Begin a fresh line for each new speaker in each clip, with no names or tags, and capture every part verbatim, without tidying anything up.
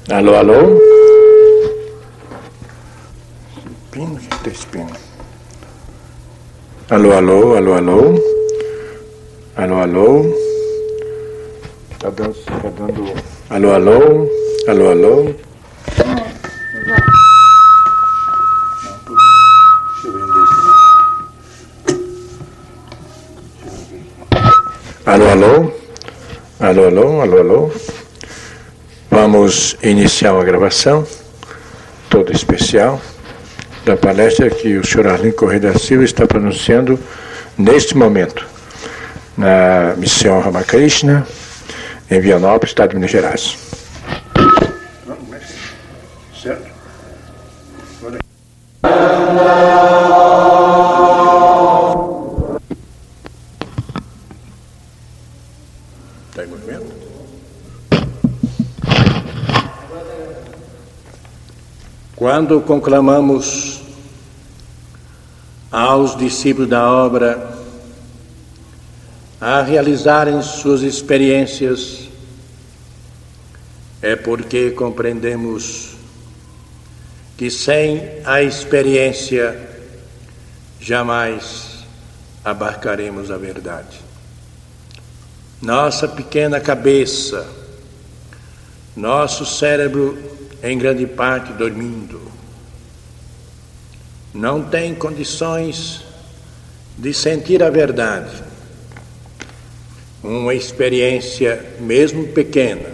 Alô, alô? Pino, o que tem esse pino? Alô, alô, alô, alô? Alô, alô? Tá dando, tá dando... Alô, alô? Alô, alô? Deixa eu ver desse. Alô, alô? Alô, alô, alô, alô? Vamos iniciar uma gravação toda especial da palestra que o senhor Arlindo Correia da Silva está pronunciando neste momento na Missão Ramakrishna, em Vianópolis, estado de Minas Gerais. Certo? Está em movimento? Quando conclamamos aos discípulos da obra a realizarem suas experiências, é porque compreendemos que sem a experiência jamais abarcaremos a verdade. Nossa pequena cabeça, nosso cérebro, em grande parte dormindo, não tem condições de sentir a verdade. Uma experiência, mesmo pequena,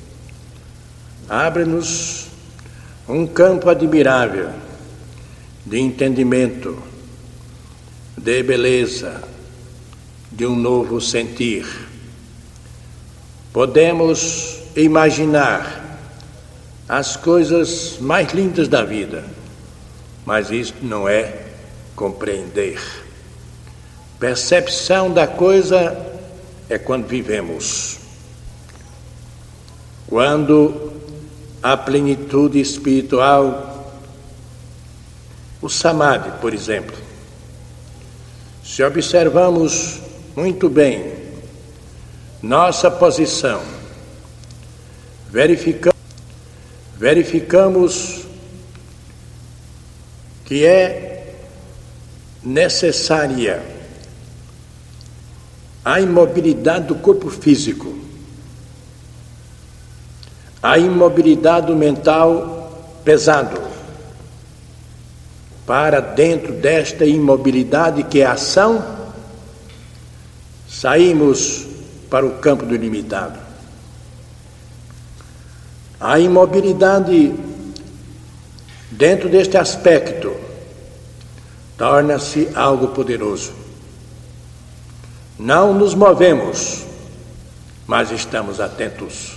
abre-nos um campo admirável de entendimento, de beleza, de um novo sentir. Podemos imaginar as coisas mais lindas da vida, mas isso não é compreender. Percepção da coisa é quando vivemos. Quando a plenitude espiritual, o samadhi, por exemplo, se observamos muito bem nossa posição, verificamos Verificamos que é necessária a imobilidade do corpo físico, a imobilidade do mental pesado, para dentro desta imobilidade que é a ação, saímos para o campo do ilimitado. A imobilidade, dentro deste aspecto, torna-se algo poderoso. Não nos movemos, mas estamos atentos.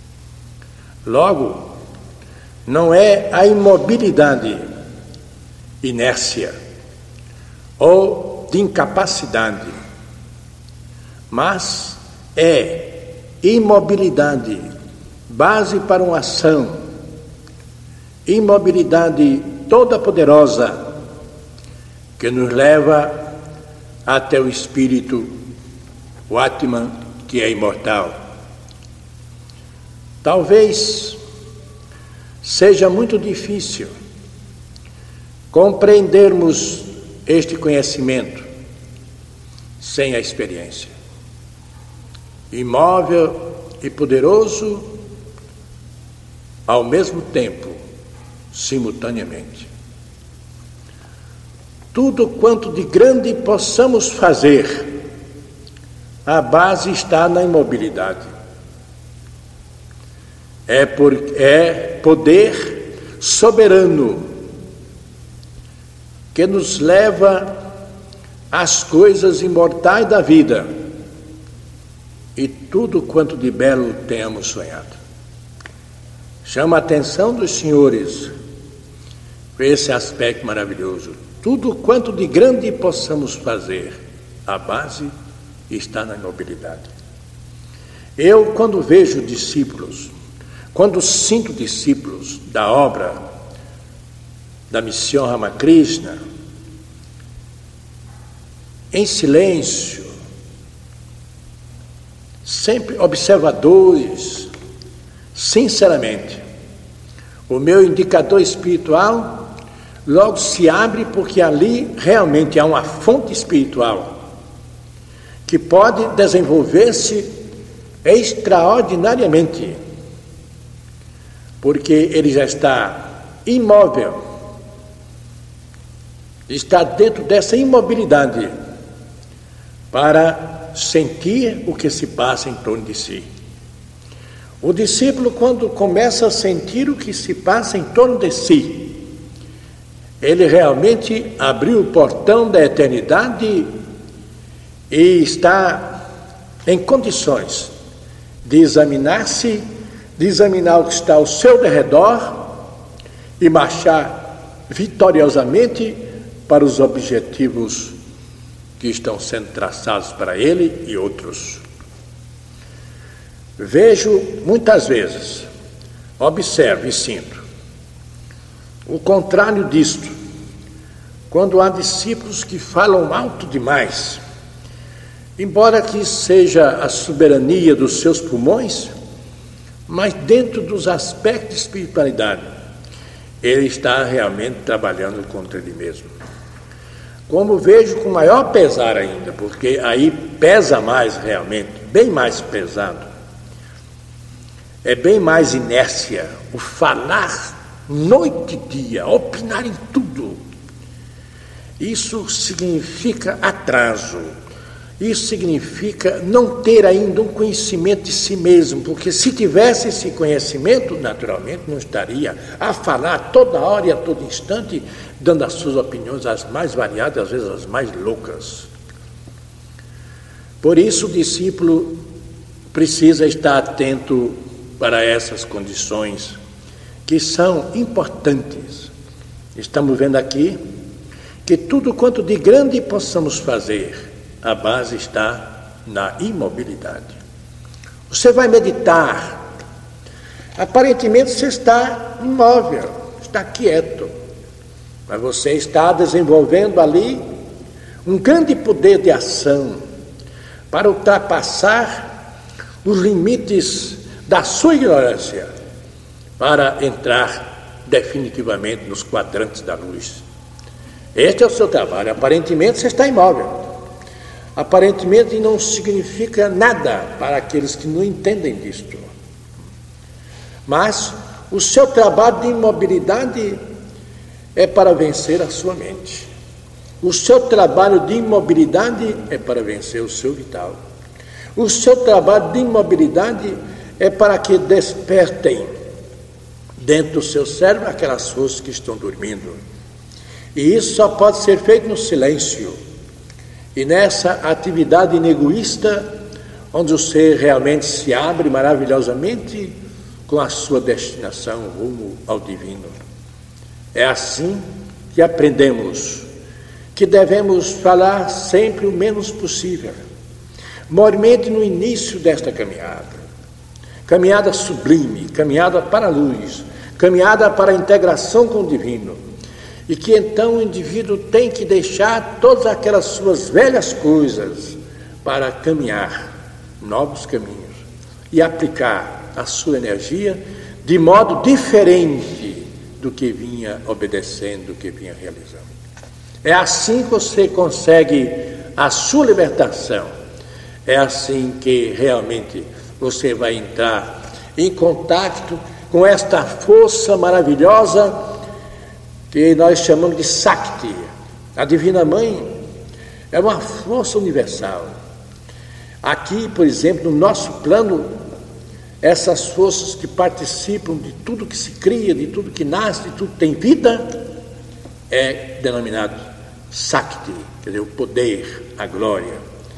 Logo, não é a imobilidade, inércia ou de incapacidade, mas é imobilidade, base para uma ação, imobilidade toda poderosa que nos leva até o espírito, o Atman, que é imortal. Talvez seja muito difícil compreendermos este conhecimento sem a experiência. Imóvel e poderoso ao mesmo tempo, simultaneamente. Tudo quanto de grande possamos fazer, a base está na imobilidade. É, por, é poder soberano que nos leva às coisas imortais da vida e tudo quanto de belo tenhamos sonhado. Chama a atenção dos senhores esse aspecto maravilhoso. Tudo quanto de grande possamos fazer, a base está na imobilidade. Eu, quando vejo discípulos, quando sinto discípulos da obra da Missão Ramakrishna, em silêncio, sempre observadores, sinceramente, o meu indicador espiritual logo se abre, porque ali realmente há uma fonte espiritual que pode desenvolver-se extraordinariamente, porque ele já está imóvel, está dentro dessa imobilidade para sentir o que se passa em torno de si. O discípulo, quando começa a sentir o que se passa em torno de si, ele realmente abriu o portão da eternidade e está em condições de examinar-se, de examinar o que está ao seu derredor e marchar vitoriosamente para os objetivos que estão sendo traçados para ele e outros. Vejo muitas vezes, observo e sinto o contrário disto, quando há discípulos que falam alto demais, embora que seja a soberania dos seus pulmões, mas dentro dos aspectos de espiritualidade, ele está realmente trabalhando contra ele mesmo. Como vejo com maior pesar ainda, porque aí pesa mais realmente, bem mais pesado, é bem mais inércia, o falar noite e dia, opinar em tudo. Isso significa atraso. Isso significa não ter ainda um conhecimento de si mesmo, porque se tivesse esse conhecimento, naturalmente não estaria a falar toda hora e a todo instante, dando as suas opiniões as mais variadas, às vezes as mais loucas. Por isso o discípulo precisa estar atento para essas condições que são importantes. Estamos vendo aqui que tudo quanto de grande possamos fazer, a base está na imobilidade. Você vai meditar, aparentemente você está imóvel, está quieto, mas você está desenvolvendo ali um grande poder de ação para ultrapassar os limites da sua ignorância, para entrar definitivamente nos quadrantes da luz. Este é o seu trabalho. Aparentemente você está imóvel. Aparentemente não significa nada para aqueles que não entendem disto. Mas o seu trabalho de imobilidade é para vencer a sua mente. O seu trabalho de imobilidade é para vencer o seu vital. O seu trabalho de imobilidade é para que despertem dentro do seu cérebro aquelas forças que estão dormindo. E isso só pode ser feito no silêncio. E nessa atividade inegoísta, onde o ser realmente se abre maravilhosamente com a sua destinação rumo ao divino. É assim que aprendemos que devemos falar sempre o menos possível, mormente no início desta caminhada. Caminhada sublime, caminhada para a luz, caminhada para a integração com o divino. E que então o indivíduo tem que deixar todas aquelas suas velhas coisas para caminhar novos caminhos e aplicar a sua energia de modo diferente do que vinha obedecendo, do que vinha realizando. É assim que você consegue a sua libertação. É assim que realmente você vai entrar em contato com esta força maravilhosa que nós chamamos de Sakti. A Divina Mãe é uma força universal. Aqui, por exemplo, no nosso plano, essas forças que participam de tudo que se cria, de tudo que nasce, de tudo que tem vida, é denominado Sakti, quer dizer, o poder, a glória.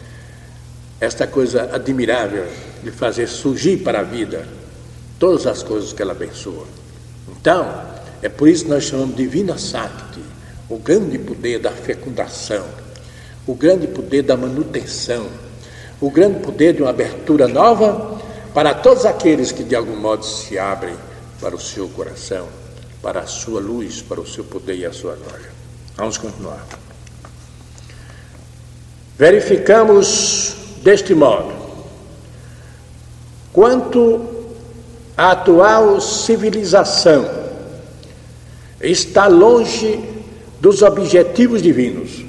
Esta coisa admirável de fazer surgir para a vida todas as coisas que ela abençoa. Então, é por isso que nós chamamos de Divina Sakti, o grande poder da fecundação, o grande poder da manutenção, o grande poder de uma abertura nova para todos aqueles que de algum modo se abrem para o seu coração, para a sua luz, para o seu poder e a sua glória. Vamos continuar. Verificamos deste modo quanto a atual civilização está longe dos objetivos divinos.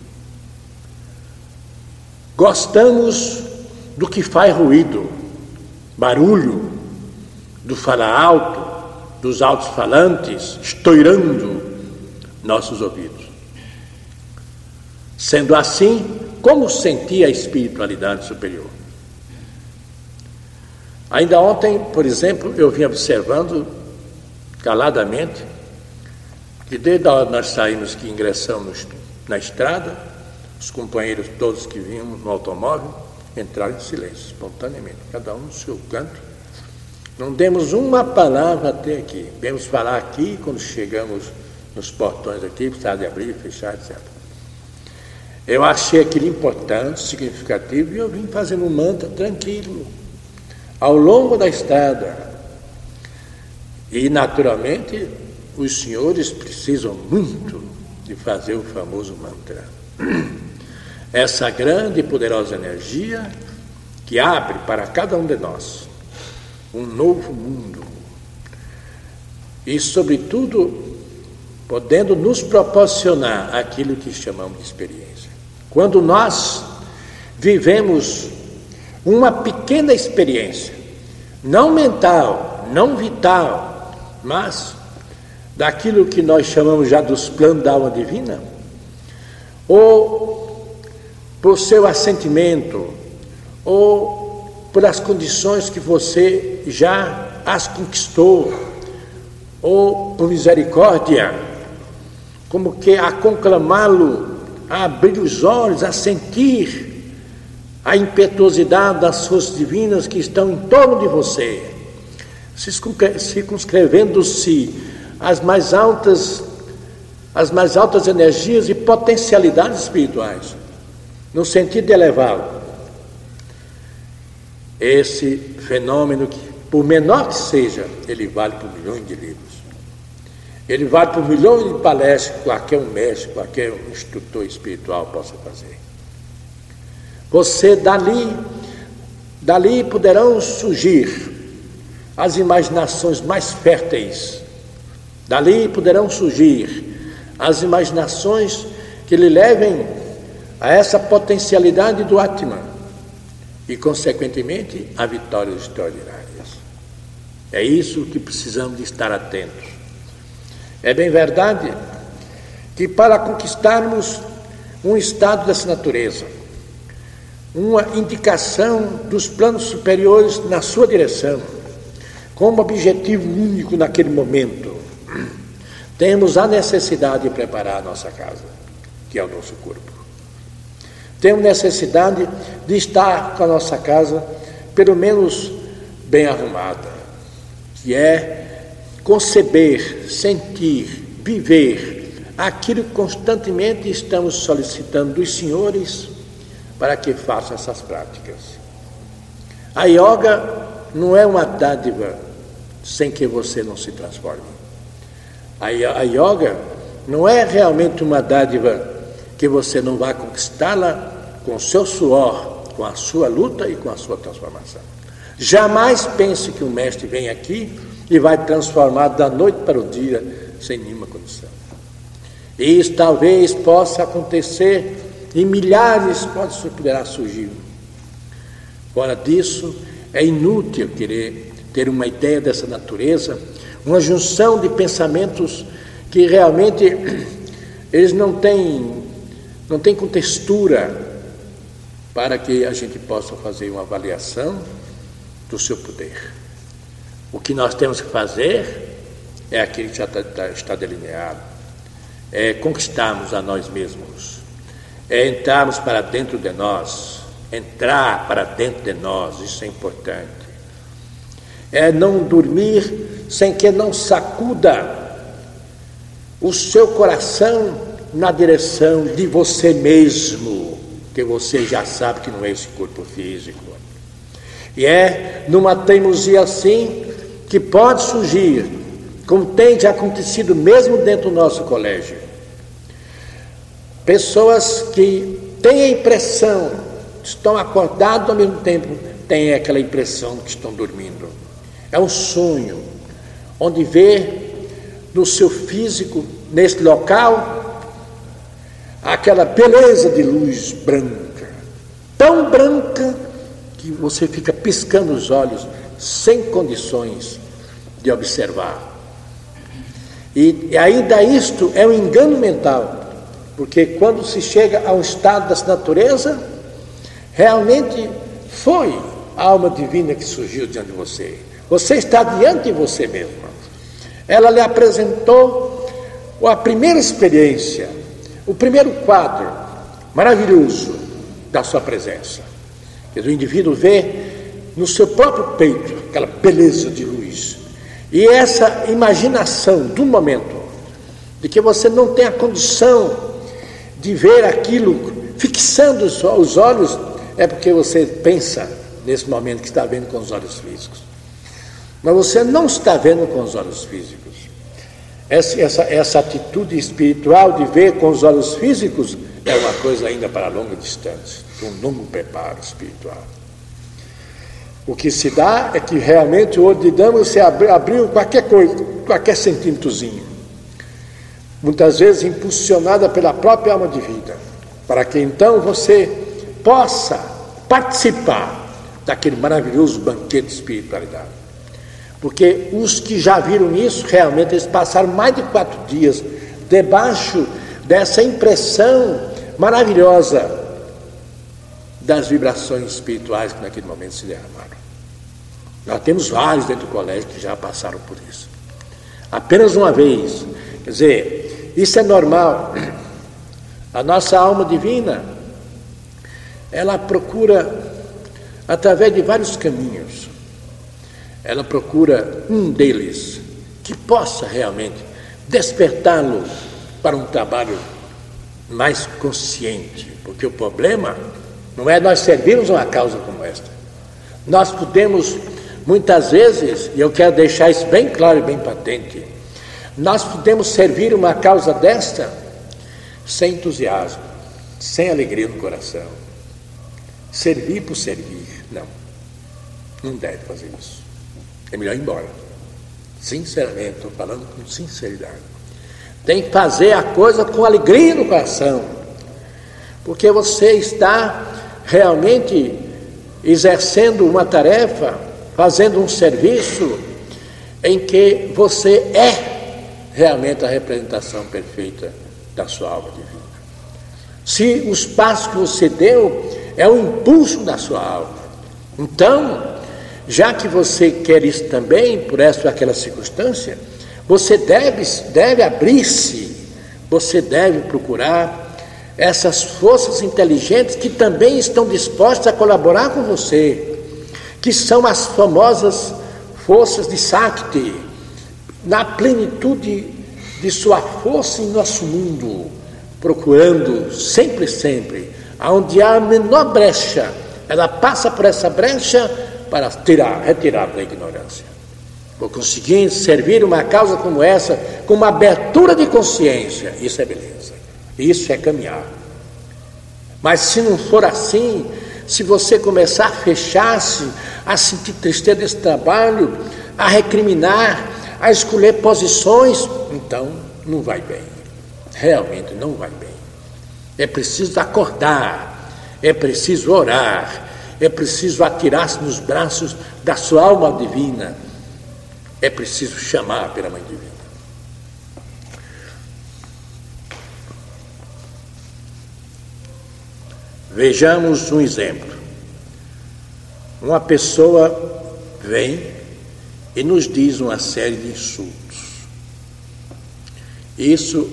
Gostamos do que faz ruído, barulho, do falar alto, dos altos-falantes, estourando nossos ouvidos. Sendo assim, como sentir a espiritualidade superior? Ainda ontem, por exemplo, eu vim observando caladamente que desde a hora que nós saímos, que ingressamos na estrada, os companheiros todos que vínhamos no automóvel entraram em silêncio, espontaneamente, cada um no seu canto. Não demos uma palavra até aqui. Viemos falar aqui quando chegamos nos portões aqui, precisava de abrir, fechar, etcétera. Eu achei aquilo importante, significativo, e eu vim fazendo um mantra tranquilo, ao longo da estrada. E, naturalmente, os senhores precisam muito de fazer o famoso mantra. Essa grande e poderosa energia que abre para cada um de nós um novo mundo. E, sobretudo, podendo nos proporcionar aquilo que chamamos de experiência. Quando nós vivemos uma pequena experiência, não mental, não vital, mas daquilo que nós chamamos já dos planos da alma divina, ou por seu assentimento, ou por as condições que você já as conquistou, ou por misericórdia, como que a conclamá-lo, a abrir os olhos, a sentir a impetuosidade das forças divinas que estão em torno de você, circunscrevendo-se as mais altas, as mais altas energias e potencialidades espirituais, no sentido de elevá-lo. Esse fenômeno, que, por menor que seja, ele vale por milhões de livros. Ele vale por milhões de palestras que qualquer um mestre, qualquer um instrutor espiritual possa fazer. Você, dali, dali poderão surgir as imaginações mais férteis. Dali poderão surgir as imaginações que lhe levem a essa potencialidade do Atman e, consequentemente, a vitórias extraordinárias. É isso que precisamos de estar atentos. É bem verdade que para conquistarmos um estado dessa natureza, uma indicação dos planos superiores na sua direção, como objetivo único naquele momento, temos a necessidade de preparar a nossa casa, que é o nosso corpo. Temos necessidade de estar com a nossa casa, pelo menos bem arrumada, que é conceber, sentir, viver aquilo que constantemente estamos solicitando dos senhores para que façam essas práticas. A yoga não é uma dádiva sem que você não se transforme. A yoga não é realmente uma dádiva que você não vai conquistá-la com o seu suor, com a sua luta e com a sua transformação. Jamais pense que o mestre vem aqui e vai transformar da noite para o dia sem nenhuma condição. E isso talvez possa acontecer e milhares podem poderá surgir. Fora disso, é inútil querer ter uma ideia dessa natureza, uma junção de pensamentos que realmente eles não têm, não têm contextura para que a gente possa fazer uma avaliação do seu poder. O que nós temos que fazer é aquilo que já está, está delineado, é conquistarmos a nós mesmos, é entrarmos para dentro de nós, entrar para dentro de nós, isso é importante. É não dormir sem que não sacuda o seu coração na direção de você mesmo, que você já sabe que não é esse corpo físico. E é numa teimosia assim que pode surgir, como tem já acontecido mesmo dentro do nosso colégio, pessoas que têm a impressão, estão acordados ao mesmo tempo, têm aquela impressão que estão dormindo. É um sonho, onde vê no seu físico, nesse local, aquela beleza de luz branca, tão branca que você fica piscando os olhos sem condições de observar. E, e ainda isto é um engano mental, porque quando se chega a um estado dessa natureza, realmente foi a alma divina que surgiu diante de você. Você está diante de você mesmo. Ela lhe apresentou a primeira experiência, o primeiro quadro maravilhoso da sua presença. Que o indivíduo vê no seu próprio peito aquela beleza de luz. E essa imaginação do momento, de que você não tem a condição de ver aquilo fixando os olhos, é porque você pensa nesse momento que está vendo com os olhos físicos. Mas você não está vendo com os olhos físicos. Essa, essa, essa atitude espiritual de ver com os olhos físicos é uma coisa ainda para longa distância, um longo preparo espiritual. O que se dá é que realmente o olho de dama você abriu, abriu qualquer coisa, qualquer centímetrozinho. Muitas vezes impulsionada pela própria alma de vida, para que então você possa participar daquele maravilhoso banquete de espiritualidade. Porque os que já viram isso, realmente eles passaram mais de quatro dias debaixo dessa impressão maravilhosa das vibrações espirituais que naquele momento se derramaram. Nós temos vários dentro do colégio que já passaram por isso. Apenas uma vez. Quer dizer, isso é normal. A nossa alma divina, ela procura, através de vários caminhos, ela procura um deles que possa realmente despertá-lo para um trabalho mais consciente, porque o problema não é nós servirmos uma causa como esta. Nós podemos, muitas vezes, e eu quero deixar isso bem claro e bem patente, nós podemos servir uma causa desta sem entusiasmo, sem alegria no coração. Servir por servir, não. Não deve fazer isso. É melhor ir embora. Sinceramente, estou falando com sinceridade. Tem que fazer a coisa com alegria no coração, porque você está realmente exercendo uma tarefa, fazendo um serviço em que você é realmente a representação perfeita da sua alma divina. Se os passos que você deu é o impulso da sua alma, então, já que você quer isso também, por essa ou aquela circunstância, você deve, deve abrir-se, você deve procurar essas forças inteligentes que também estão dispostas a colaborar com você, que são as famosas forças de Sakti, na plenitude de sua força em nosso mundo, procurando sempre, sempre, aonde há a menor brecha, ela passa por essa brecha para tirar, retirar da ignorância. Por conseguir servir uma causa como essa, com uma abertura de consciência, isso é beleza, isso é caminhar. Mas se não for assim, se você começar a fechar-se, a sentir tristeza desse trabalho, a recriminar, a escolher posições, então não vai bem, realmente não vai bem. É preciso acordar, é preciso orar, é preciso atirar-se nos braços da sua alma divina, é preciso chamar pela Mãe Divina. Vejamos um exemplo. Uma pessoa vem e nos diz uma série de insultos. Isso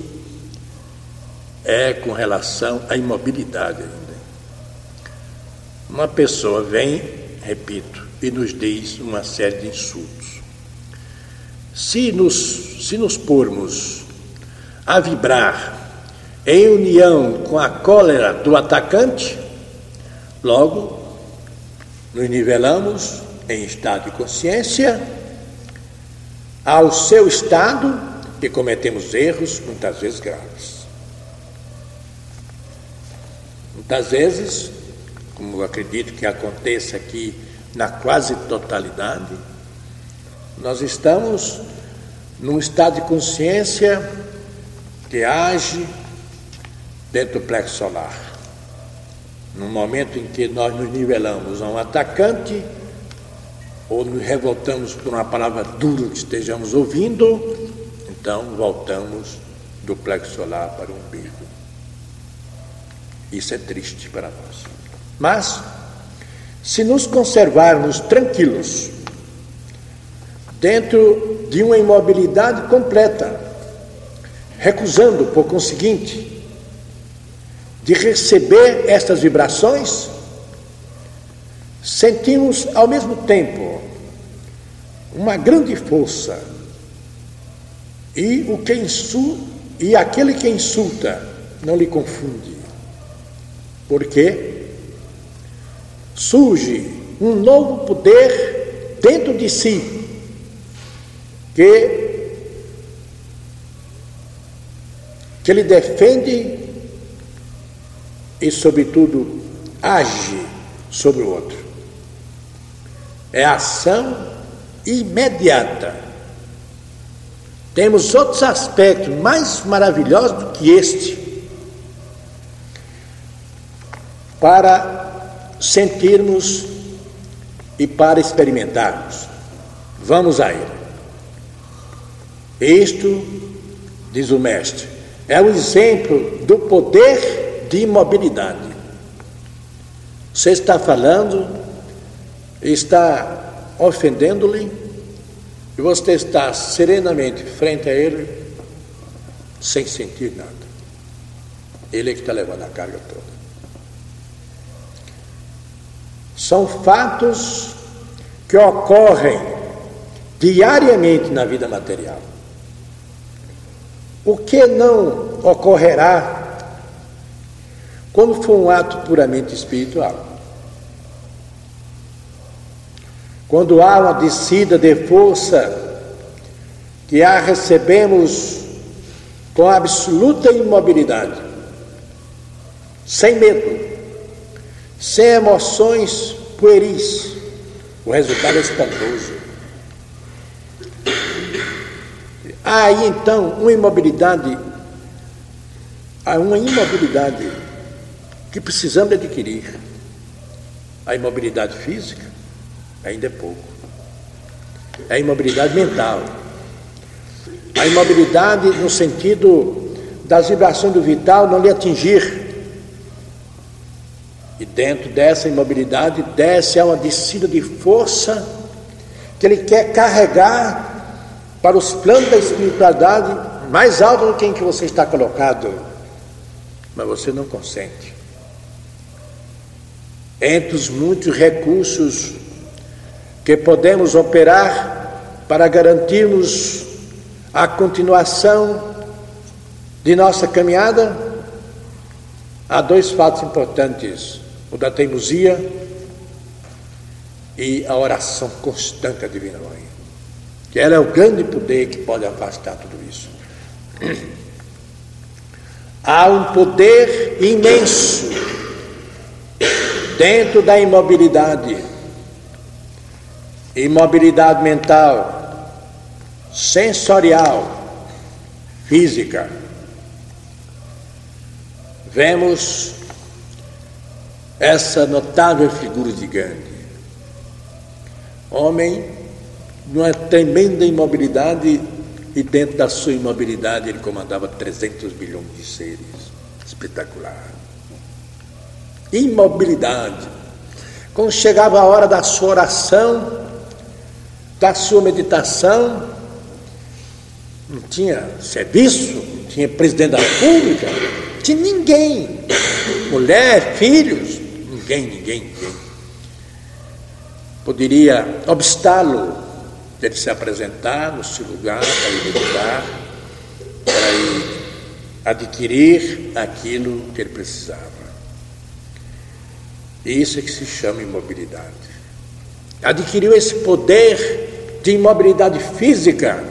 é com relação à imobilidade ainda. Uma pessoa vem, repito, e nos diz uma série de insultos. Se nos, se nos pormos a vibrar em união com a cólera do atacante, logo nos nivelamos em estado de consciência ao seu estado e cometemos erros muitas vezes graves. Muitas vezes, como eu acredito que aconteça aqui na quase totalidade, nós estamos num estado de consciência que age dentro do plexo solar. No momento em que nós nos nivelamos a um atacante, ou nos revoltamos por uma palavra dura que estejamos ouvindo, então voltamos do plexo solar para o umbigo. Isso é triste para nós. Mas, se nos conservarmos tranquilos, dentro de uma imobilidade completa, recusando, por conseguinte, de receber estas vibrações, sentimos ao mesmo tempo uma grande força, e o que insulta, e aquele que insulta não lhe confunde, porque surge um novo poder dentro de si, que, que ele defende e, sobretudo, age sobre o outro. É ação imediata. Temos outros aspectos mais maravilhosos do que este para sentirmos e para experimentarmos. Vamos a ele. Isto, diz o mestre, é o exemplo do poder de imobilidade. Você está falando, está ofendendo-lhe, e você está serenamente frente a ele, sem sentir nada. Ele é que está levando a carga toda. São fatos que ocorrem diariamente na vida material. O que não ocorrerá quando for um ato puramente espiritual? Quando há uma descida de força que a recebemos com absoluta imobilidade, sem medo, sem emoções pueris, o resultado é espantoso. Há aí então uma imobilidade, há uma imobilidade que precisamos adquirir. A imobilidade física ainda é pouco. É a imobilidade mental. A imobilidade no sentido das vibrações do vital não lhe atingir. E dentro dessa imobilidade desce a uma descida de força que ele quer carregar para os planos da espiritualidade mais alto do que em que você está colocado. Mas você não consente. Entre os muitos recursos que podemos operar para garantirmos a continuação de nossa caminhada, há dois fatos importantes: o da teimosia e a oração constante à Divina Mãe, que ela é o grande poder que pode afastar tudo isso. Há um poder imenso dentro da imobilidade. Imobilidade mental, sensorial, física. Vemos essa notável figura de Gandhi, homem numa tremenda imobilidade, e dentro da sua imobilidade ele comandava trezentos milhões de seres. Espetacular. Imobilidade. Quando chegava a hora da sua oração, da sua meditação, não tinha serviço, não tinha presidente da República, não tinha ninguém, mulher, filhos, ninguém, ninguém, ninguém poderia obstá-lo de ele se apresentar no seu lugar para ir meditar, para ir adquirir aquilo que ele precisava. Isso é que se chama imobilidade. Adquiriu esse poder de imobilidade física,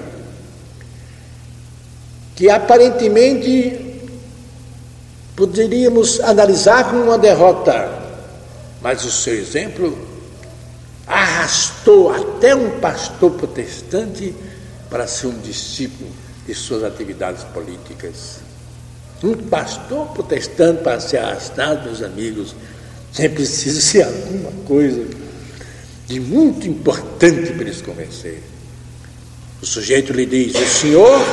que aparentemente poderíamos analisar como uma derrota, mas o seu exemplo arrastou até um pastor protestante para ser um discípulo de suas atividades políticas. Um pastor protestante para ser arrastado, meus amigos, é preciso ser alguma coisa de muito importante para eles convencer. O sujeito lhe diz: o senhor...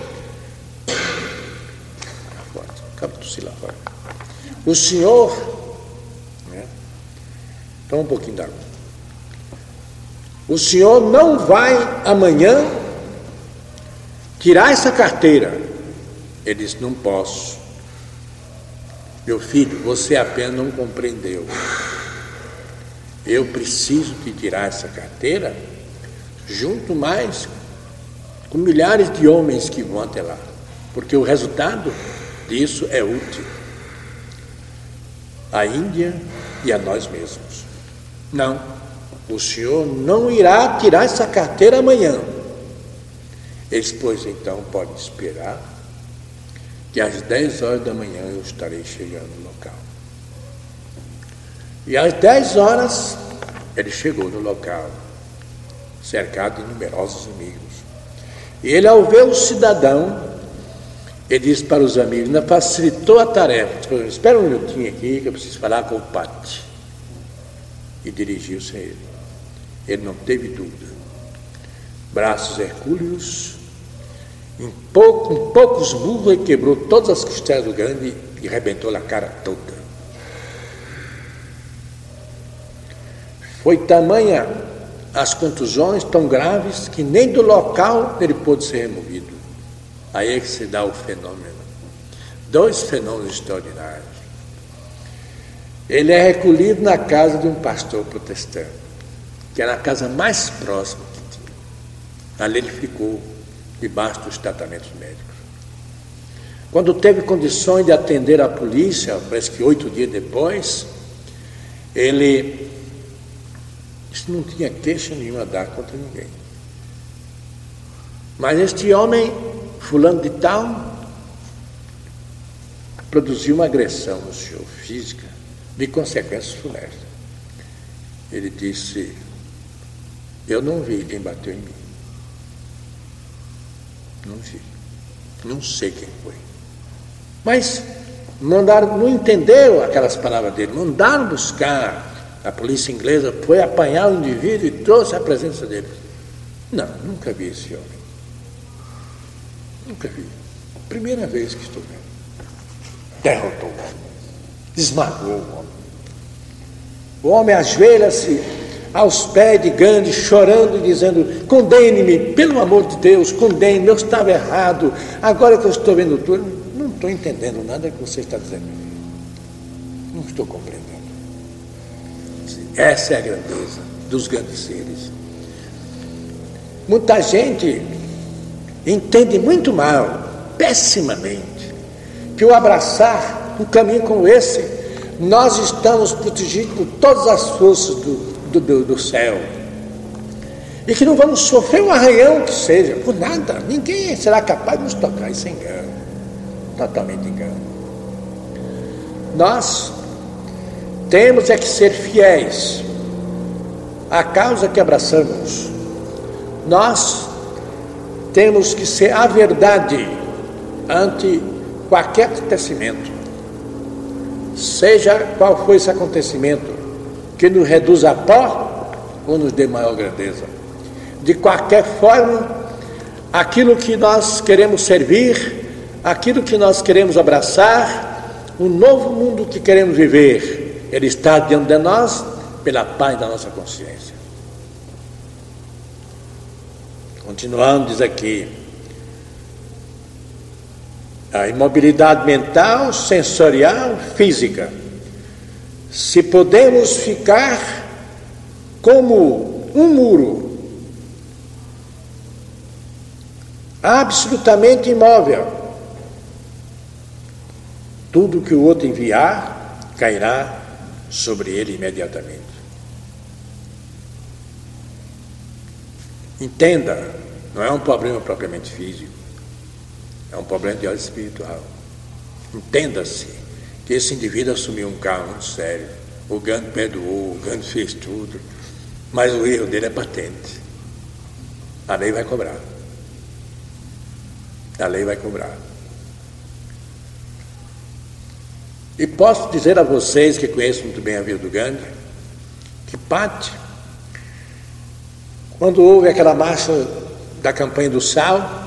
Acaba de tossir lá fora. O senhor... Né? Toma um pouquinho d'água. O senhor não vai amanhã tirar essa carteira. Ele disse: não posso. Meu filho, você apenas não compreendeu. Eu preciso de tirar essa carteira junto mais com milhares de homens que vão até lá, porque o resultado disso é útil à Índia e a nós mesmos. Não, o senhor não irá tirar essa carteira amanhã. Eles, pois então, podem esperar que às dez horas da manhã eu estarei chegando no local. E às dez horas ele chegou no local, cercado de numerosos amigos. E ele, ao ver o cidadão, ele disse para os amigos: ainda facilitou a tarefa. Espera um minutinho aqui que eu preciso falar com o Pati. E dirigiu-se a ele. Ele não teve dúvida. Braços hercúleos, em, pouco, em poucos murros ele quebrou todas as costelas do grande e arrebentou-lhe a cara toda. Foi tamanha as contusões tão graves que nem do local ele pôde ser removido. Aí é que se dá o fenômeno. Dois fenômenos extraordinários. Ele é recolhido na casa de um pastor protestante, que era a casa mais próxima que tinha. Ali ele ficou debaixo dos tratamentos médicos. Quando teve condições de atender a polícia, parece que oito dias depois, ele isso não tinha queixa nenhuma a dar contra ninguém. Mas este homem, fulano de tal, produziu uma agressão no senhor, física, de consequências funestas. Ele disse: eu não vi quem bateu em mim. Não vi. Não sei quem foi. Mas mandaram, não entenderam aquelas palavras dele, mandaram buscar. A polícia inglesa foi apanhar o indivíduo e trouxe a presença dele. Não, nunca vi esse homem. Nunca vi. Primeira vez que estou vendo. Derrotou o homem. Esmagou o homem. O homem ajoelha-se aos pés de Gandhi, chorando e dizendo: condene-me, pelo amor de Deus, condene-me, eu estava errado. Agora que eu estou vendo tudo, não estou entendendo nada que você está dizendo. Não estou compreendendo. Essa é a grandeza dos grandes seres. Muita gente entende muito mal, pessimamente, que ao abraçar um caminho como esse, nós estamos protegidos por todas as forças do, do, do, do céu. E que não vamos sofrer um arranhão que seja, por nada. Ninguém será capaz de nos tocar. Isso é engano. Totalmente engano. Nós temos é que ser fiéis à causa que abraçamos. Nós temos que ser a verdade ante qualquer acontecimento, seja qual for esse acontecimento, que nos reduz a pó ou nos dê maior grandeza. De qualquer forma, aquilo que nós queremos servir, aquilo que nós queremos abraçar, o novo mundo que queremos viver, ele está diante de nós pela paz da nossa consciência. Continuando, diz aqui: a imobilidade mental, sensorial, física. Se podemos ficar como um muro, absolutamente imóvel, tudo que o outro enviar cairá sobre ele imediatamente. Entenda, não é um problema propriamente físico, é um problema de ordem espiritual. Entenda-se que esse indivíduo assumiu um carro muito sério, o Gandhi perdoou, o Gandhi fez tudo, mas o erro dele é patente. A lei vai cobrar. A lei vai cobrar. E posso dizer a vocês que conhecem muito bem a vida do Gandhi, que parte, quando houve aquela marcha da campanha do sal,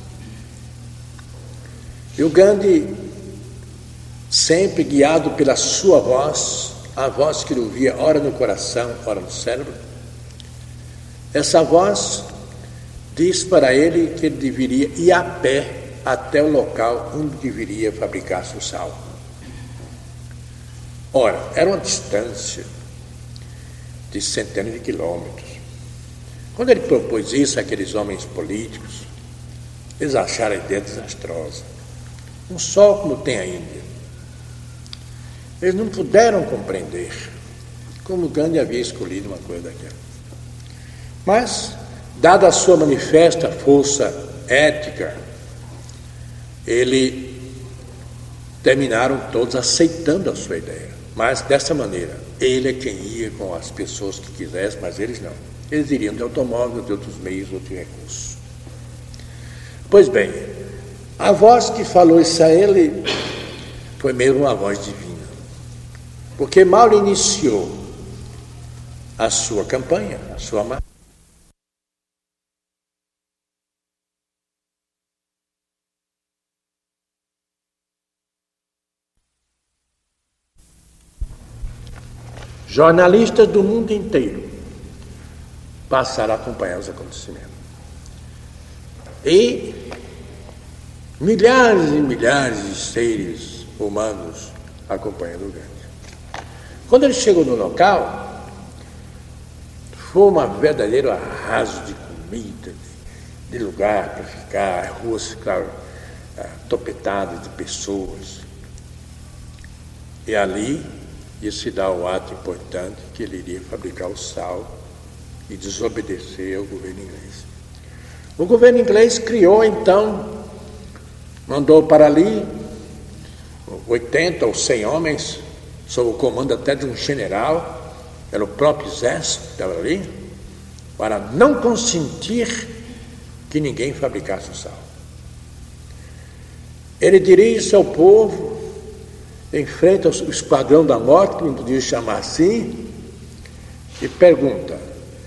e o Gandhi, sempre guiado pela sua voz, a voz que ele ouvia ora no coração, ora no cérebro, essa voz diz para ele que ele deveria ir a pé até o local onde deveria fabricar-se o sal. Ora, era uma distância de centenas de quilômetros. Quando ele propôs isso àqueles homens políticos, eles acharam a ideia desastrosa. Um sol como tem a Índia. Eles não puderam compreender como Gandhi havia escolhido uma coisa daquela. Mas, dada a sua manifesta força ética, ele terminaram todos aceitando a sua ideia. Mas dessa maneira, ele é quem ia com as pessoas que quisessem, mas eles não. Eles iriam de automóvel, de outros meios, outros recursos. Pois bem, a voz que falou isso a ele foi mesmo uma voz divina. Porque mal iniciou a sua campanha, a sua marcha, jornalistas do mundo inteiro passaram a acompanhar os acontecimentos. E milhares e milhares de seres humanos acompanhando o Gandhi. Quando ele chegou no local, foi um verdadeiro arraso de comida, de lugar para ficar, ruas ficaram topetadas de pessoas. E ali ia se dar o ato importante que ele iria fabricar o sal e desobedecer ao governo inglês. O governo inglês criou, então, mandou para ali oitenta ou cem homens, sob o comando até de um general, era o próprio exército que estava ali, para não consentir que ninguém fabricasse o sal. Ele dirige-se ao povo, enfrenta o esquadrão da morte, que não podia chamar assim, e pergunta,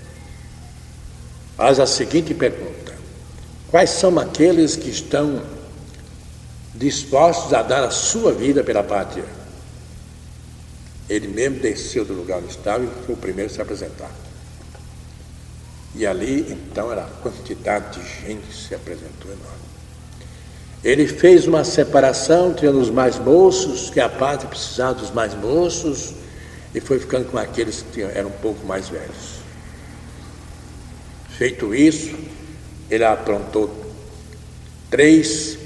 faz a seguinte pergunta: quais são aqueles que estão dispostos a dar a sua vida pela pátria? Ele mesmo desceu do lugar onde estava e foi o primeiro a se apresentar. E ali, então, era a quantidade de gente que se apresentou enorme. Ele fez uma separação, tirando os mais moços, que a pátria precisava dos mais moços, e foi ficando com aqueles que eram um pouco mais velhos. Feito isso, ele aprontou três,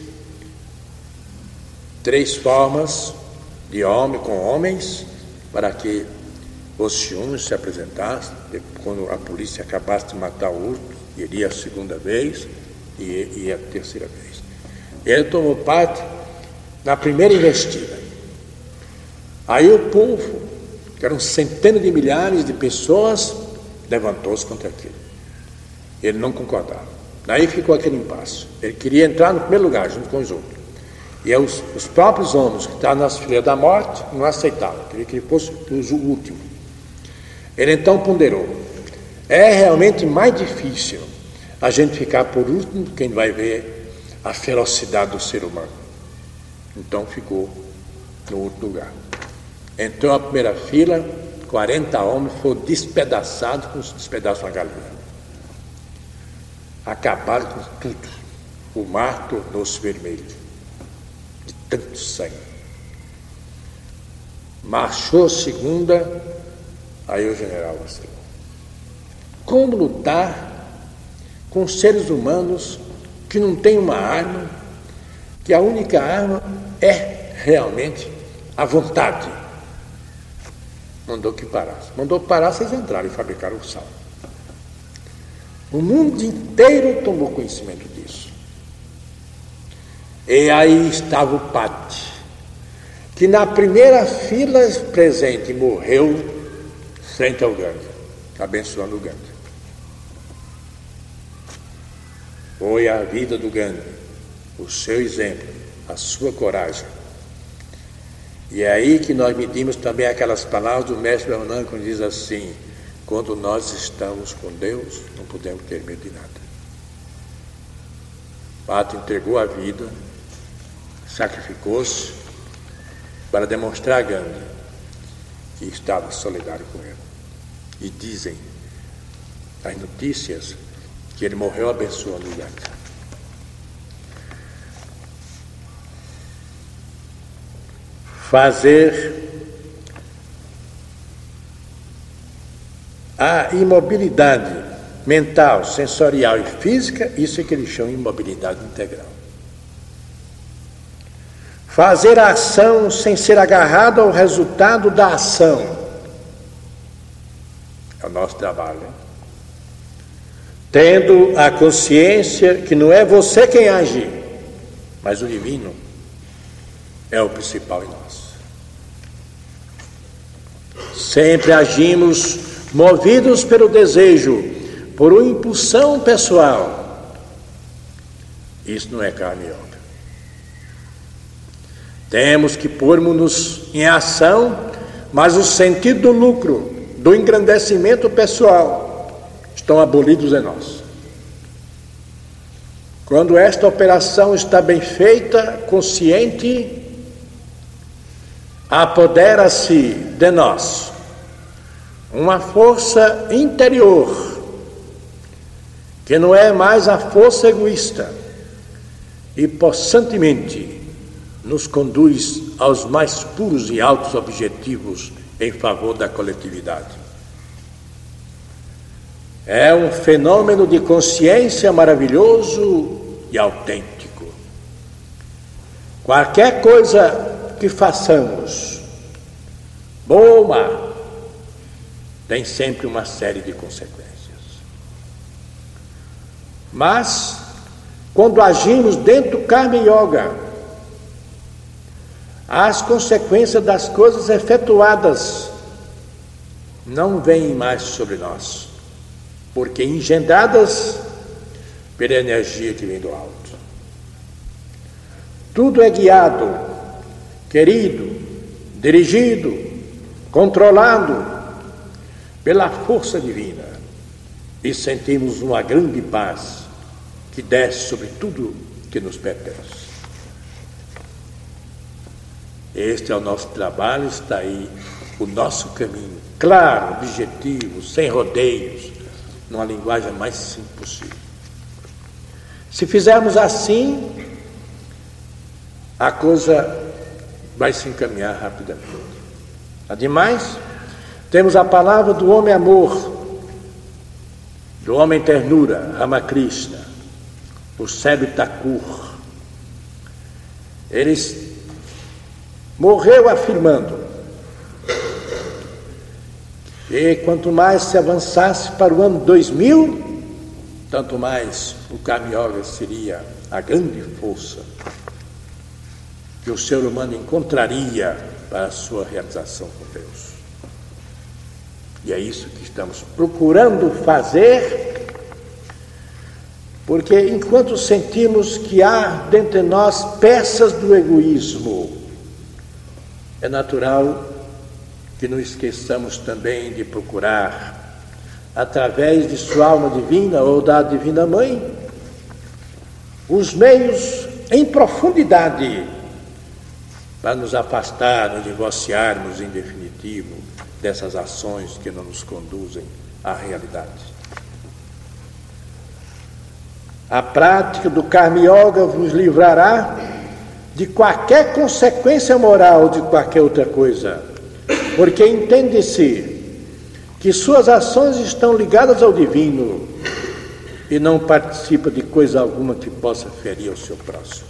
três formas de homem com homens, para que os ciúmes se apresentassem. Quando a polícia acabasse de matar o outro, iria a segunda vez e ia a terceira vez. Ele tomou parte na primeira investida. Aí o povo, que eram centenas de milhares de pessoas, levantou-se contra aquilo. Ele não concordava. Daí ficou aquele impasse. Ele queria entrar no primeiro lugar, junto com os outros. E os, os próprios homens que estavam nas fileiras da morte não aceitavam, queria que ele fosse o último. Ele então ponderou: é realmente mais difícil a gente ficar por último, quem vai ver a ferocidade do ser humano. Então ficou no outro lugar. Entrou na primeira fila, quarenta homens foram despedaçados como se despedaça uma galinha. Acabaram com tudo. O mar tornou-se vermelho de tanto sangue. Marchou segunda, aí o general vacilou. Como lutar com seres humanos que não têm uma arma, que a única arma é realmente a vontade? Mandou que parasse. Mandou parar, vocês entraram e fabricaram o sal. O mundo inteiro tomou conhecimento disso. E aí estava o Pati, que na primeira fila presente morreu frente ao Gandhi, abençoando o Gandhi. Foi a vida do Gandhi, o seu exemplo, a sua coragem. E é aí que nós medimos também aquelas palavras do mestre Brahmananda, quando diz assim: quando nós estamos com Deus, não podemos ter medo de nada. Bhata entregou a vida, sacrificou-se para demonstrar a Gandhi que estava solidário com ele. E dizem as notícias que ele morreu abençoando o Gandhi. Fazer a imobilidade mental, sensorial e física, isso é que eles chamam de imobilidade integral. Fazer a ação sem ser agarrado ao resultado da ação. É o nosso trabalho. Hein? Tendo a consciência que não é você quem age, mas o divino é o principal em nós. Sempre agimos movidos pelo desejo, por uma impulsão pessoal. Isso não é karma yoga. Temos que pormos-nos em ação, mas o sentido do lucro, do engrandecimento pessoal, estão abolidos em nós. Quando esta operação está bem feita, consciente, apodera-se de nós uma força interior, que não é mais a força egoísta, e possantemente nos conduz aos mais puros e altos objetivos em favor da coletividade. É um fenômeno de consciência maravilhoso e autêntico. Qualquer coisa que façamos, boa ou má, tem sempre uma série de consequências. Mas, quando agimos dentro do Karma Yoga, as consequências das coisas efetuadas não vêm mais sobre nós, porque engendradas pela energia que vem do alto. Tudo é guiado, querido, dirigido, controlado pela força divina, e sentimos uma grande paz que desce sobre tudo que nos pertence. Este é o nosso trabalho, está aí o nosso caminho, claro, objetivo, sem rodeios, numa linguagem mais simples possível. Se fizermos assim, a coisa vai se encaminhar rapidamente. Ademais, temos a palavra do homem amor, do homem ternura, Ramakrishna, o Sério Thakur. Ele morreu afirmando que quanto mais se avançasse para o ano dois mil, tanto mais o Karma Yoga seria a grande força que o ser humano encontraria para a sua realização com Deus. E é isso que estamos procurando fazer, porque enquanto sentimos que há dentro de nós peças do egoísmo, é natural que não esqueçamos também de procurar, através de sua alma divina ou da Divina Mãe, os meios em profundidade para nos afastar, nos divorciarmos em definitivo dessas ações que não nos conduzem à realidade. A prática do Karma Yoga vos livrará de qualquer consequência moral, de qualquer outra coisa, porque entende-se que suas ações estão ligadas ao divino e não participa de coisa alguma que possa ferir ao seu próximo.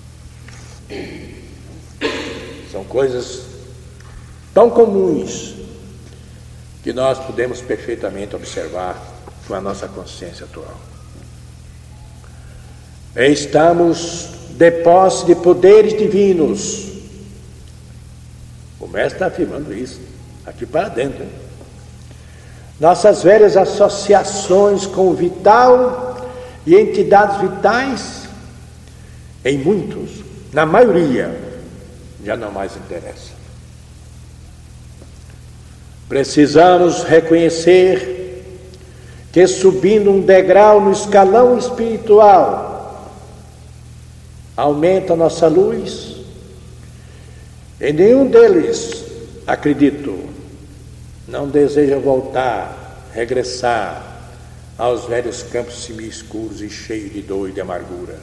São coisas tão comuns que nós podemos perfeitamente observar com a nossa consciência atual. Estamos de posse de poderes divinos. O mestre está afirmando isso, aqui para dentro. Hein? Nossas velhas associações com o vital e entidades vitais em muitos, na maioria, já não mais interessa. Precisamos reconhecer que, subindo um degrau no escalão espiritual, aumenta nossa luz, e nenhum deles, acredito, não deseja voltar, regressar aos velhos campos semi-escuros e cheios de dor e de amargura.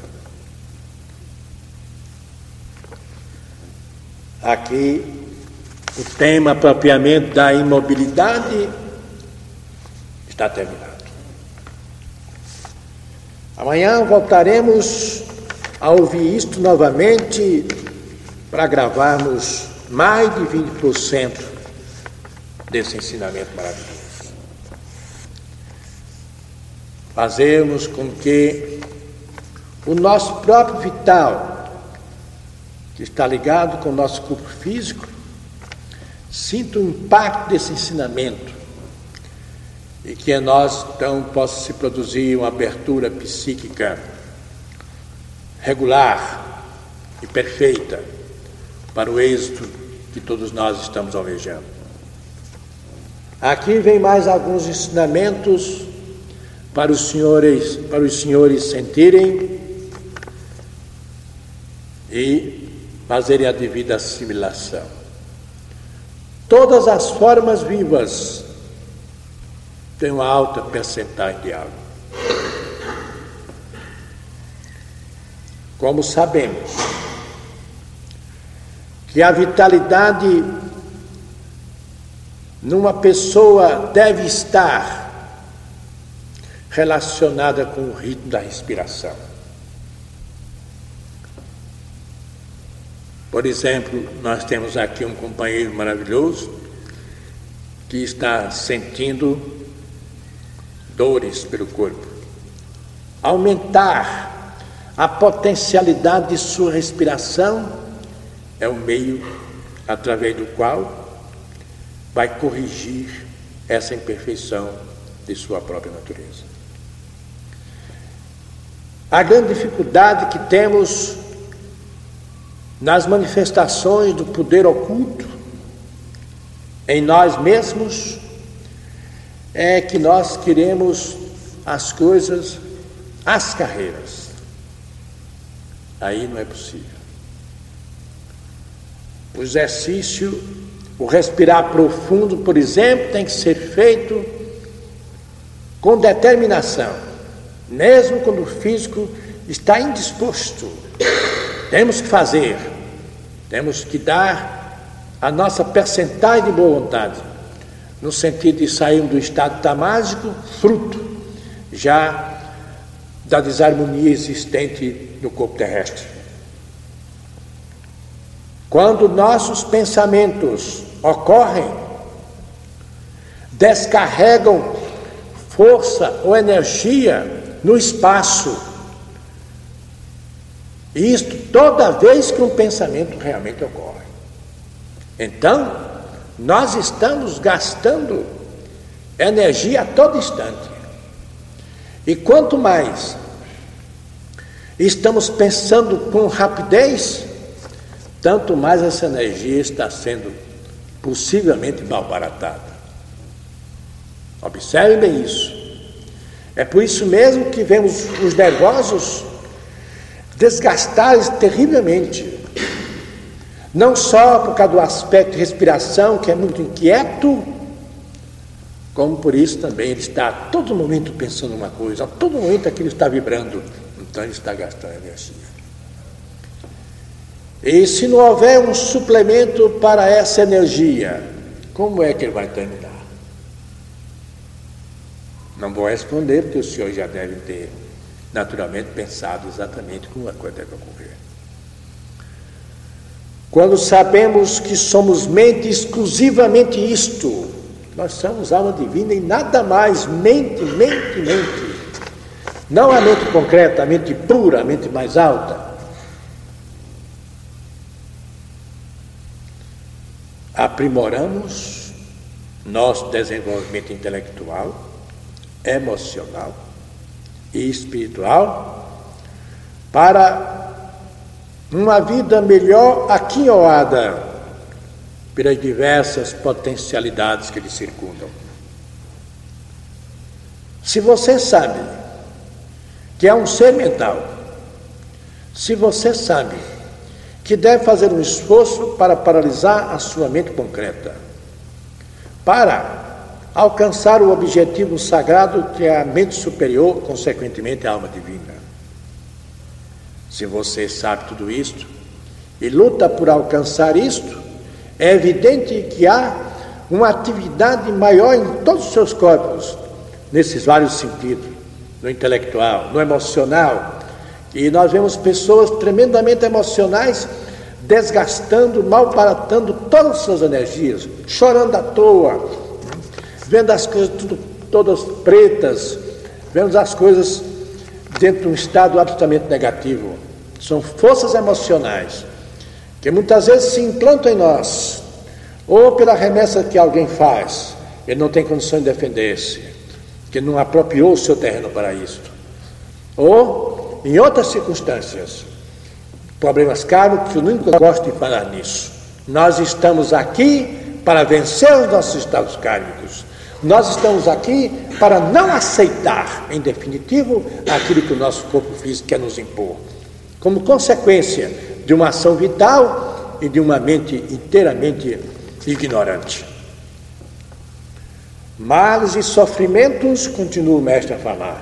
Aqui, o tema propriamente da imobilidade está terminado. Amanhã voltaremos a ouvir isto novamente para gravarmos mais de vinte por cento desse ensinamento maravilhoso. Fazermos com que o nosso próprio vital, que está ligado com o nosso corpo físico, sinta o impacto desse ensinamento e que em nós, então, possa se produzir uma abertura psíquica regular e perfeita para o êxito que todos nós estamos almejando. Aqui vem mais alguns ensinamentos para os senhores, para os senhores sentirem e fazerem a devida assimilação. Todas as formas vivas têm uma alta percentagem de água. Como sabemos que a vitalidade numa pessoa deve estar relacionada com o ritmo da respiração. Por exemplo, nós temos aqui um companheiro maravilhoso que está sentindo dores pelo corpo. Aumentar a potencialidade de sua respiração é o meio através do qual vai corrigir essa imperfeição de sua própria natureza. A grande dificuldade que temos nas manifestações do poder oculto em nós mesmos é que nós queremos as coisas às carreiras. Aí não é possível. O exercício, o respirar profundo, por exemplo, tem que ser feito com determinação. Mesmo quando o físico está indisposto, temos que fazer, temos que dar a nossa percentagem de boa vontade, no sentido de sairmos do estado tamásico, fruto já da desarmonia existente no corpo terrestre. Quando nossos pensamentos ocorrem, descarregam força ou energia no espaço. E isto toda vez que um pensamento realmente ocorre. Então, nós estamos gastando energia a todo instante. E quanto mais estamos pensando com rapidez, tanto mais essa energia está sendo possivelmente malbaratada. Observem bem isso. É por isso mesmo que vemos os nervosos desgastar terrivelmente, não só por causa do aspecto de respiração, que é muito inquieto, como por isso também ele está a todo momento pensando uma coisa, a todo momento aquilo está vibrando, então ele está gastando energia. E se não houver um suplemento para essa energia, como é que ele vai terminar? Não vou responder, porque os senhores já devem ter naturalmente pensado exatamente como a coisa deve ocorrer. Quando sabemos que somos mente exclusivamente isto, nós somos alma divina e nada mais, mente, mente, mente. Não a mente concreta, a mente pura, a mente mais alta. Aprimoramos nosso desenvolvimento intelectual, emocional e espiritual para uma vida melhor aquinhoada pelas diversas potencialidades que lhe circundam. Se você sabe que é um ser mental, se você sabe que deve fazer um esforço para paralisar a sua mente concreta, para alcançar o objetivo sagrado que é a mente superior, consequentemente a alma divina. Se você sabe tudo isto e luta por alcançar isto, é evidente que há uma atividade maior em todos os seus corpos, nesses vários sentidos, no intelectual, no emocional, e nós vemos pessoas tremendamente emocionais desgastando, malbaratando todas as suas energias, chorando à toa, vendo as coisas tudo, todas pretas, vendo as coisas dentro de um estado absolutamente negativo. São forças emocionais que muitas vezes se implantam em nós, ou pela remessa que alguém faz, ele não tem condição de defender-se, que não apropriou o seu terreno para isto, ou em outras circunstâncias, problemas kármicos, eu nunca gosto de falar nisso. Nós estamos aqui para vencer os nossos estados kármicos. Nós estamos aqui para não aceitar, em definitivo, aquilo que o nosso corpo físico quer nos impor, como consequência de uma ação vital e de uma mente inteiramente ignorante. Males e sofrimentos, continua o mestre a falar,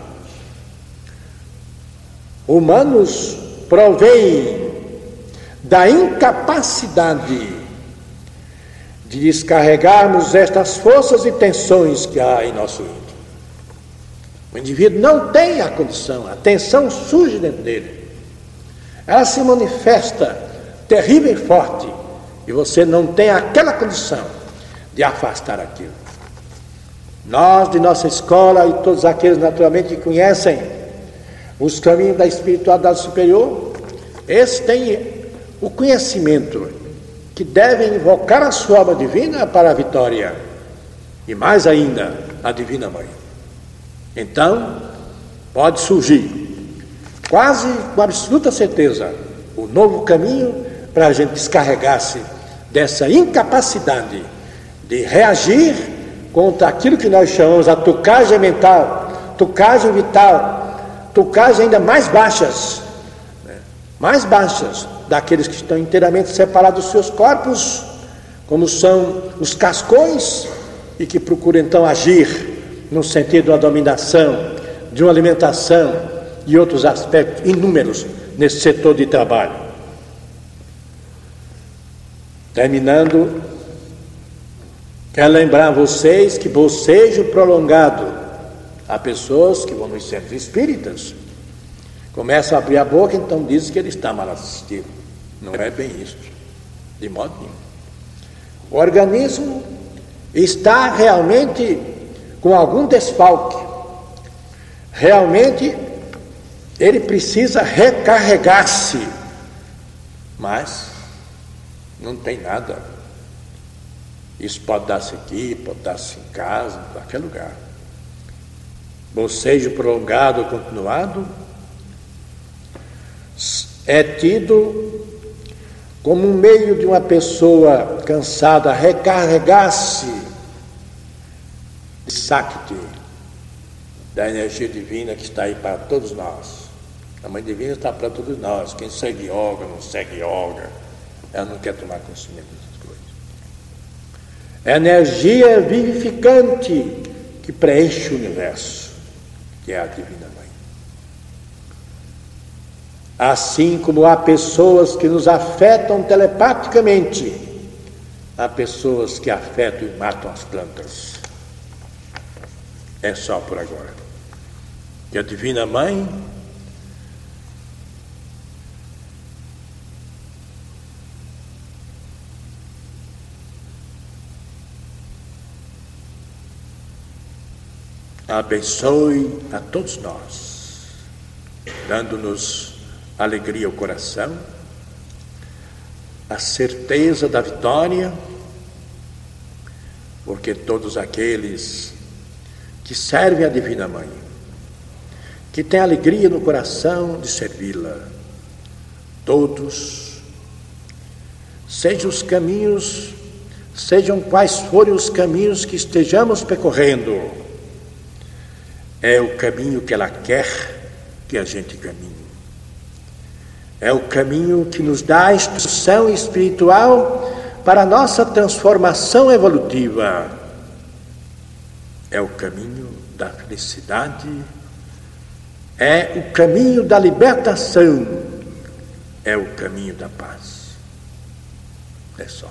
humanos provêm da incapacidade de descarregarmos estas forças e tensões que há em nosso íntimo. O indivíduo não tem a condição, a tensão surge dentro dele, ela se manifesta terrível e forte, e você não tem aquela condição de afastar aquilo. Nós, de nossa escola, e todos aqueles naturalmente que conhecem os caminhos da espiritualidade superior, esses têm o conhecimento que devem invocar a sua alma divina para a vitória, e mais ainda, a Divina Mãe. Então, pode surgir, quase com absoluta certeza, o novo caminho para a gente descarregar-se dessa incapacidade de reagir contra aquilo que nós chamamos a tucagem mental, tucagem vital, tucagem ainda mais baixas, né? mais baixas daqueles que estão inteiramente separados dos seus corpos, como são os cascões, e que procuram então agir no sentido de uma dominação, de uma alimentação e outros aspectos inúmeros nesse setor de trabalho. Terminando, quero lembrar a vocês que bocejo prolongado, há pessoas que vão nos centros espíritas, começam a abrir a boca, então dizem que ele está mal assistido. Não é bem isso, de modo nenhum. O organismo está realmente com algum desfalque. Realmente ele precisa recarregar-se, mas não tem nada. Isso pode dar-se aqui, pode dar-se em casa, em qualquer lugar. Bocejo prolongado ou continuado é tido como um meio de uma pessoa cansada recarregar-se de Sakti, da energia divina que está aí para todos nós. A Mãe Divina está para todos nós. Quem segue yoga, não segue yoga, ela não quer tomar conhecimento dessas coisas. É a energia vivificante que preenche o universo, que é a Divina Mãe. Assim como há pessoas que nos afetam telepaticamente, há pessoas que afetam e matam as plantas. É só por agora. Que a Divina Mãe abençoe a todos nós, dando-nos alegria ao coração, a certeza da vitória, porque todos aqueles que servem a Divina Mãe, que têm alegria no coração de servi-la, todos, sejam os caminhos, sejam quais forem os caminhos que estejamos percorrendo, é o caminho que ela quer que a gente caminhe. É o caminho que nos dá a instrução espiritual para a nossa transformação evolutiva. É o caminho da felicidade, é o caminho da libertação, é o caminho da paz. É só.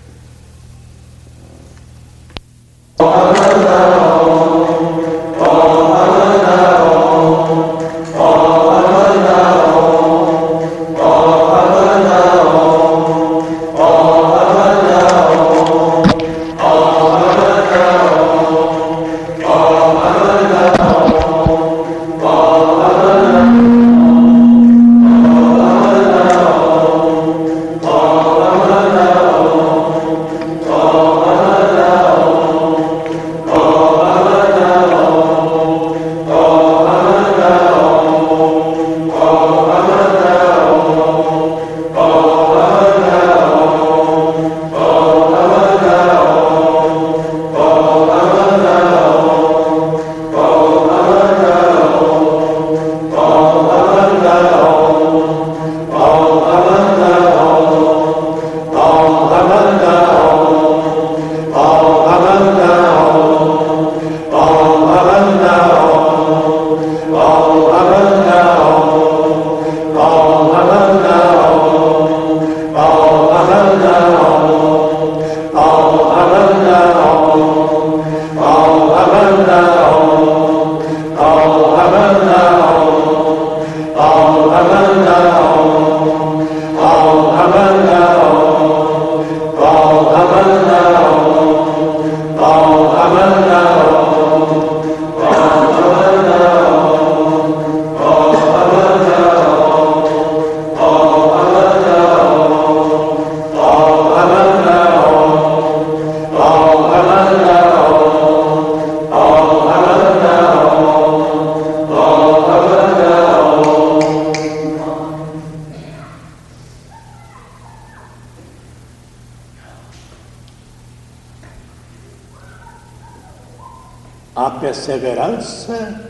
A perseverança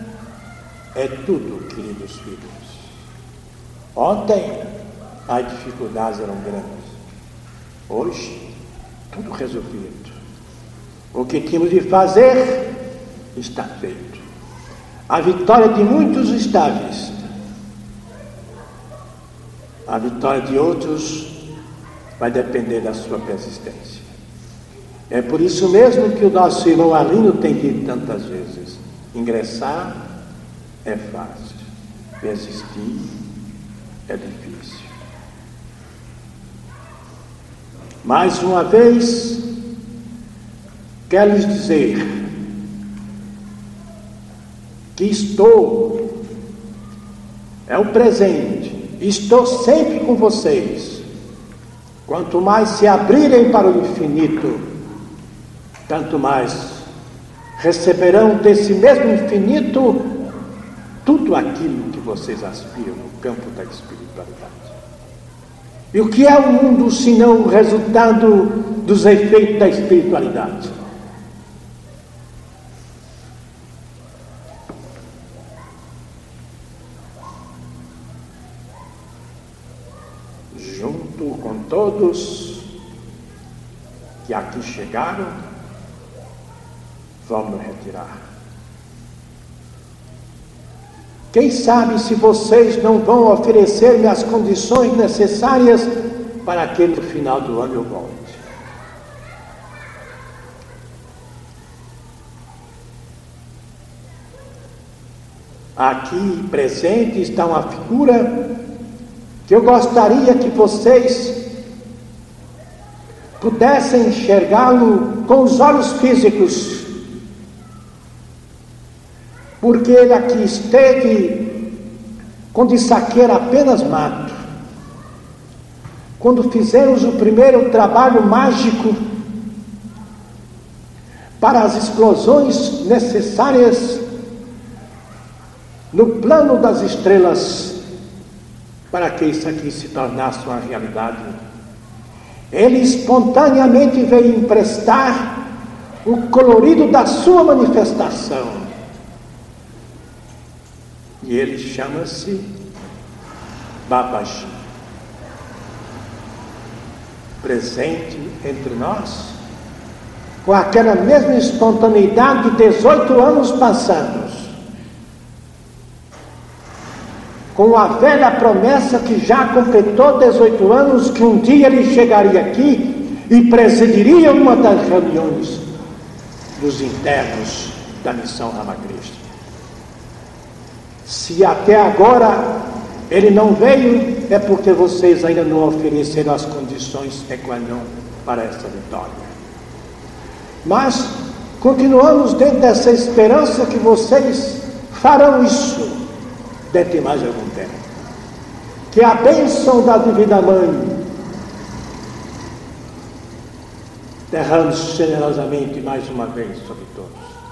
é tudo, queridos filhos. Ontem as dificuldades eram grandes. Hoje, tudo resolvido. O que tínhamos de fazer está feito. A vitória de muitos está à vista. A vitória de outros vai depender da sua persistência. É por isso mesmo que o nosso irmão Alino tem dito tantas vezes: ingressar é fácil, persistir é difícil. Mais uma vez, quero lhes dizer que estou, é o presente, estou sempre com vocês. Quanto mais se abrirem para o infinito, tanto mais receberão desse mesmo infinito tudo aquilo que vocês aspiram no campo da espiritualidade. E o que é o mundo senão o resultado dos efeitos da espiritualidade? Junto com todos que aqui chegaram, vamos retirar. Quem sabe se vocês não vão oferecer-me as condições necessárias para que no final do ano eu volte. Aqui presente está uma figura que eu gostaria que vocês pudessem enxergá-lo com os olhos físicos, porque ele aqui esteve quando isso aqui era apenas mato, quando fizemos o primeiro trabalho mágico para as explosões necessárias no plano das estrelas, para que isso aqui se tornasse uma realidade. Ele espontaneamente veio emprestar o colorido da sua manifestação. E ele chama-se Babaji. Presente entre nós, com aquela mesma espontaneidade de dezoito anos passados, com a velha promessa que já completou dezoito anos, que um dia ele chegaria aqui e presidiria uma das reuniões dos internos da missão Ramakrishna. Se até agora ele não veio, é porque vocês ainda não ofereceram as condições equanimous para essa vitória. Mas continuamos dentro dessa esperança que vocês farão isso dentro de mais algum tempo. Que a bênção da Divina Mãe derrame-se generosamente mais uma vez sobre todos.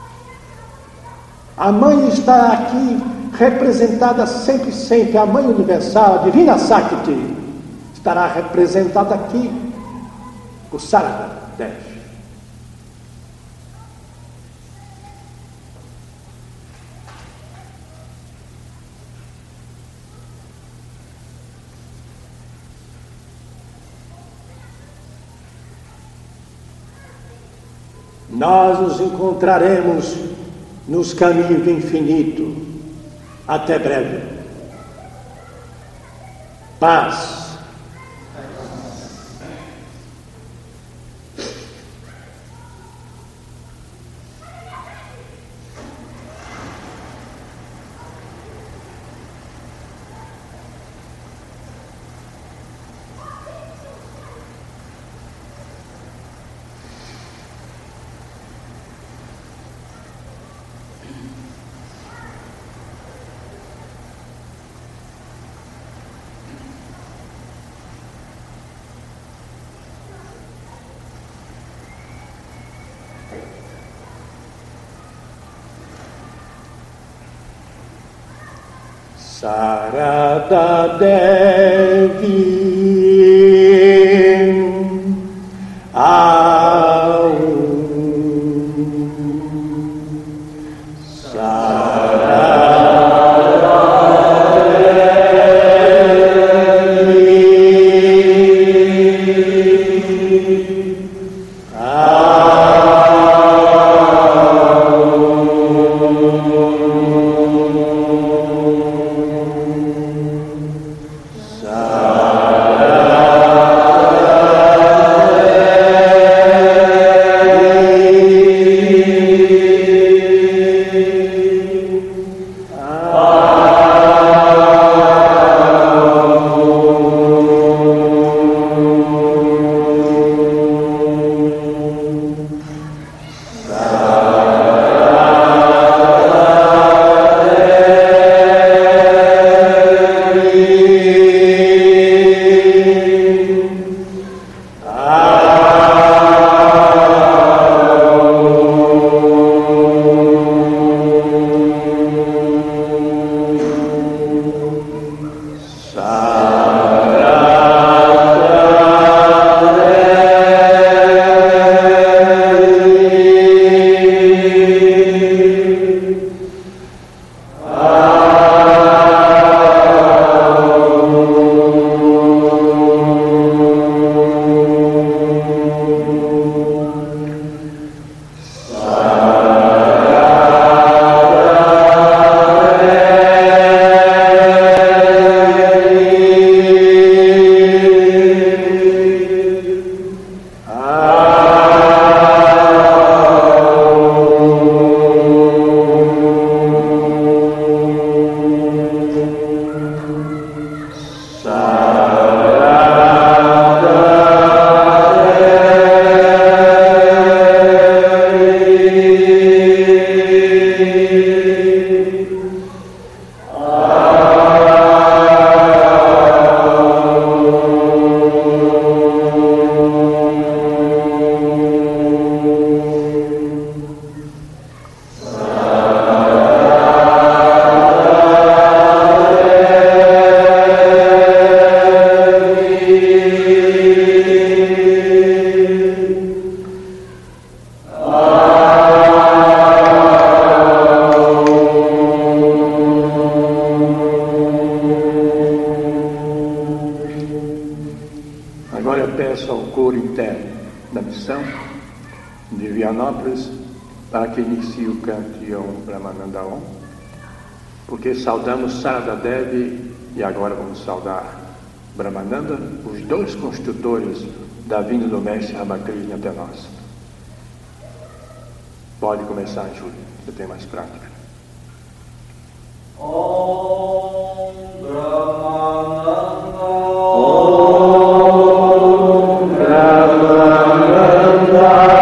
A Mãe está aqui representada sempre, sempre, a Mãe Universal, a Divina Sakti, estará representada aqui, o Sarada Dev. Nós nos encontraremos nos caminhos do infinito. Até breve. Paz. Sarada Devi Aum Sarada Devi Aum Sa Agora eu peço ao coro interno da missão de Vianópolis para que inicie o canto Om Brahmananda Om, porque saudamos Sarada Devi e agora vamos saudar Brahmananda, os dois construtores da vinda do Mestre Ramakrishna até nós. Pode começar, Júlio, você tem mais prática. Om Brahmananda Om Brahmananda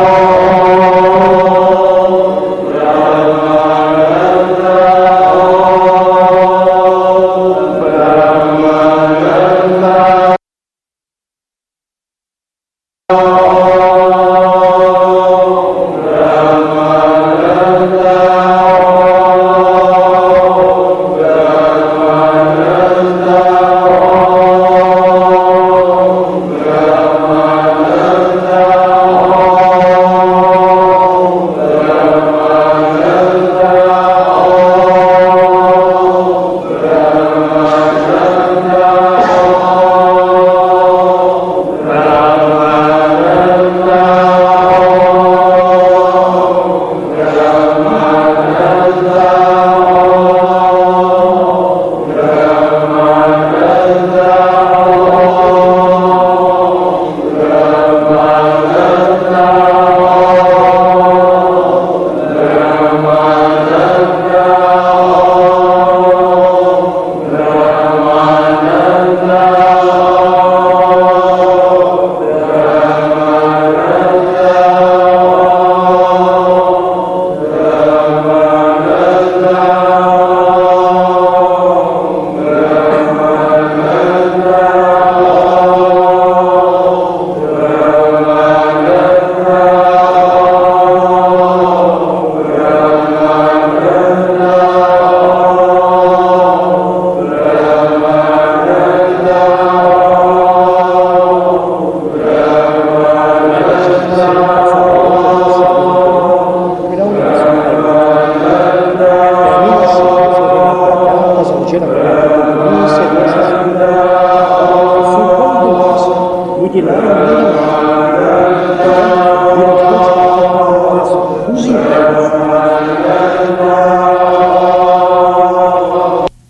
de lá,